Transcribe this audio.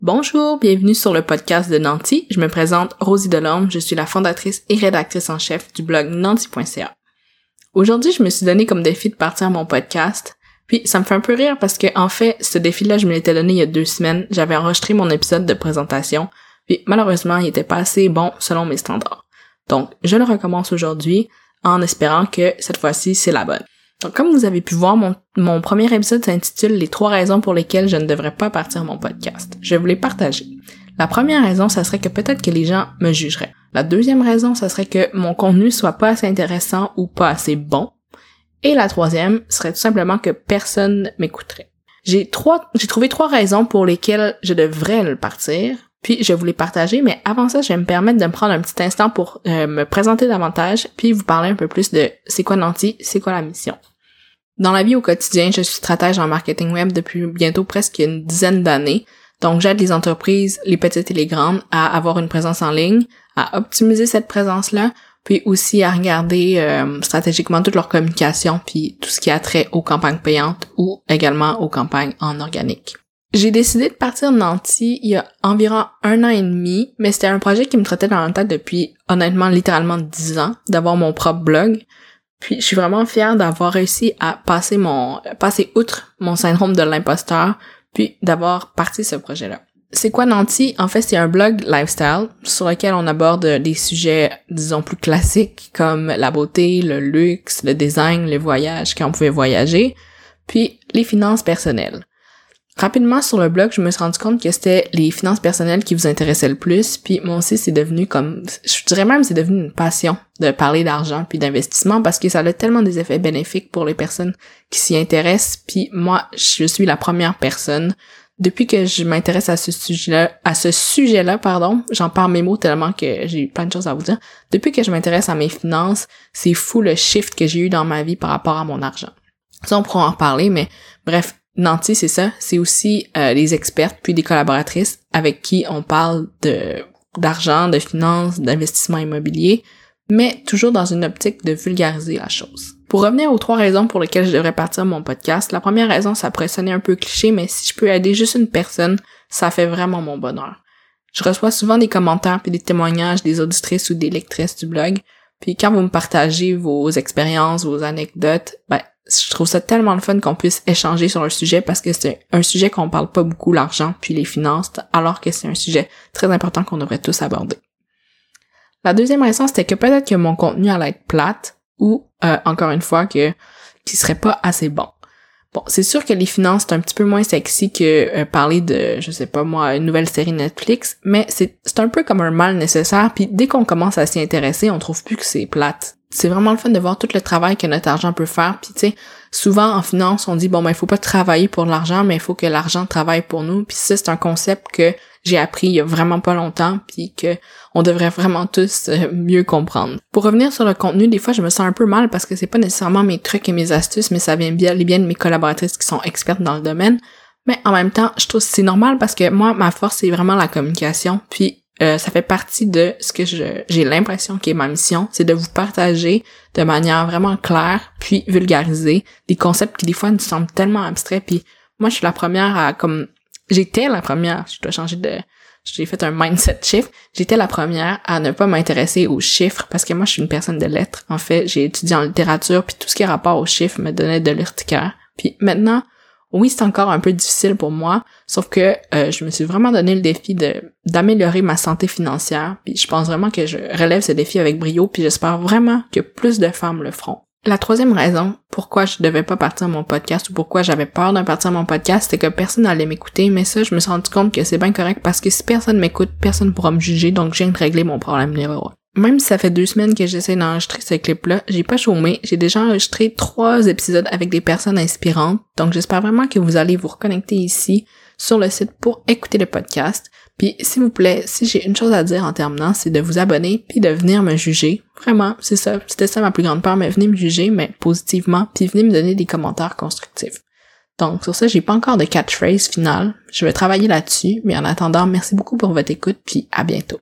Bonjour, bienvenue sur le podcast de Nanti. Je me présente Rosie Delorme, je suis la fondatrice et rédactrice en chef du blog nanti.ca. Aujourd'hui, je me suis donné comme défi de partir mon podcast, puis ça me fait un peu rire parce que en fait, ce défi-là, je me l'étais donné il y a 2 semaines. J'avais enregistré mon épisode de présentation, puis malheureusement, il était pas assez bon selon mes standards. Donc, je le recommence aujourd'hui en espérant que cette fois-ci, c'est la bonne. Donc, comme vous avez pu voir, mon premier épisode s'intitule « Les 3 raisons pour lesquelles je ne devrais pas partir mon podcast ». Je vais vous les partager. La première raison, ça serait que peut-être que les gens me jugeraient. La deuxième raison, ça serait que mon contenu soit pas assez intéressant ou pas assez bon. Et la troisième serait tout simplement que personne m'écouterait. J'ai trouvé 3 raisons pour lesquelles je devrais le partir, puis je vais vous les partager, mais avant ça, je vais me permettre de me prendre un petit instant pour me présenter davantage, puis vous parler un peu plus de c'est quoi Nanti, c'est quoi la mission. Dans la vie au quotidien, je suis stratège en marketing web depuis bientôt presque une 10aine d'années. Donc, j'aide les entreprises, les petites et les grandes, à avoir une présence en ligne, à optimiser cette présence-là, puis aussi à regarder stratégiquement toute leur communication, puis tout ce qui a trait aux campagnes payantes ou également aux campagnes en organique. J'ai décidé de partir de Nanti il y a environ 1 an et demi, mais c'était un projet qui me trottait dans la tête depuis, honnêtement, littéralement 10 ans, d'avoir mon propre blog. Puis je suis vraiment fière d'avoir réussi à passer outre mon syndrome de l'imposteur, puis d'avoir parti ce projet-là. C'est quoi Nanti? En fait, c'est un blog lifestyle sur lequel on aborde des sujets, disons, plus classiques comme la beauté, le luxe, le design, le voyage, quand on pouvait voyager, puis les finances personnelles. Rapidement, sur le blog, je me suis rendu compte que c'était les finances personnelles qui vous intéressaient le plus, puis moi aussi, c'est devenu je dirais même c'est devenu une passion de parler d'argent puis d'investissement parce que ça a tellement des effets bénéfiques pour les personnes qui s'y intéressent, puis moi, je suis la première personne. Depuis que je m'intéresse à ce sujet-là, j'en parle mes mots tellement que j'ai plein de choses à vous dire. Depuis que je m'intéresse à mes finances, c'est fou le shift que j'ai eu dans ma vie par rapport à mon argent. Ça, on pourra en reparler, mais bref, Nanti, c'est ça. C'est aussi des expertes puis des collaboratrices avec qui on parle d'argent, de finances, d'investissement immobilier, mais toujours dans une optique de vulgariser la chose. Pour revenir aux 3 raisons pour lesquelles je devrais partir mon podcast, la première raison, ça pourrait sonner un peu cliché, mais si je peux aider juste une personne, ça fait vraiment mon bonheur. Je reçois souvent des commentaires puis des témoignages des auditrices ou des lectrices du blog, puis quand vous me partagez vos expériences, vos anecdotes, je trouve ça tellement le fun qu'on puisse échanger sur un sujet parce que c'est un sujet qu'on parle pas beaucoup, l'argent puis les finances, alors que c'est un sujet très important qu'on devrait tous aborder. La deuxième raison, c'était que peut-être que mon contenu allait être plate ou, encore une fois, qu'il serait pas assez bon. Bon, c'est sûr que les finances, c'est un petit peu moins sexy que parler de, je sais pas moi, une nouvelle série Netflix, mais c'est un peu comme un mal nécessaire, puis dès qu'on commence à s'y intéresser, on trouve plus que c'est plate. C'est vraiment le fun de voir tout le travail que notre argent peut faire, puis tu sais, souvent en finance, on dit il faut pas travailler pour l'argent, mais il faut que l'argent travaille pour nous, puis ça, c'est un concept que j'ai appris il y a vraiment pas longtemps, puis que on devrait vraiment tous mieux comprendre. Pour revenir sur le contenu, des fois, je me sens un peu mal parce que c'est pas nécessairement mes trucs et mes astuces, mais ça vient bien de mes collaboratrices qui sont expertes dans le domaine. Mais en même temps, je trouve que c'est normal parce que moi, ma force, c'est vraiment la communication, puis ça fait partie de ce que j'ai l'impression qu'est ma mission, c'est de vous partager de manière vraiment claire, puis vulgariser des concepts qui des fois nous semblent tellement abstraits, puis moi, je suis la première j'étais la première, j'ai fait un mindset shift, j'étais la première à ne pas m'intéresser aux chiffres parce que moi, je suis une personne de lettres. En fait, j'ai étudié en littérature puis tout ce qui est rapport aux chiffres me donnait de l'urticaire. Puis maintenant, oui, c'est encore un peu difficile pour moi, sauf que je me suis vraiment donné le défi d'améliorer ma santé financière. Puis je pense vraiment que je relève ce défi avec brio puis j'espère vraiment que plus de femmes le feront. La troisième raison pourquoi je devais pas partir mon podcast ou pourquoi j'avais peur de partir mon podcast, c'était que personne n'allait m'écouter, mais ça, je me suis rendu compte que c'est bien correct parce que si personne m'écoute, personne pourra me juger, donc je viens de régler mon problème numéro 1. Même si ça fait 2 semaines que j'essaie d'enregistrer ce clip-là, j'ai pas chômé, j'ai déjà enregistré 3 épisodes avec des personnes inspirantes, donc j'espère vraiment que vous allez vous reconnecter ici, sur le site pour écouter le podcast. Puis, s'il vous plaît, si j'ai une chose à dire en terminant, c'est de vous abonner puis de venir me juger. Vraiment, c'est ça. C'était ça ma plus grande peur, mais venez me juger, mais positivement, puis venez me donner des commentaires constructifs. Donc, sur ça, j'ai pas encore de catchphrase finale. Je vais travailler là-dessus, mais en attendant, merci beaucoup pour votre écoute, puis à bientôt.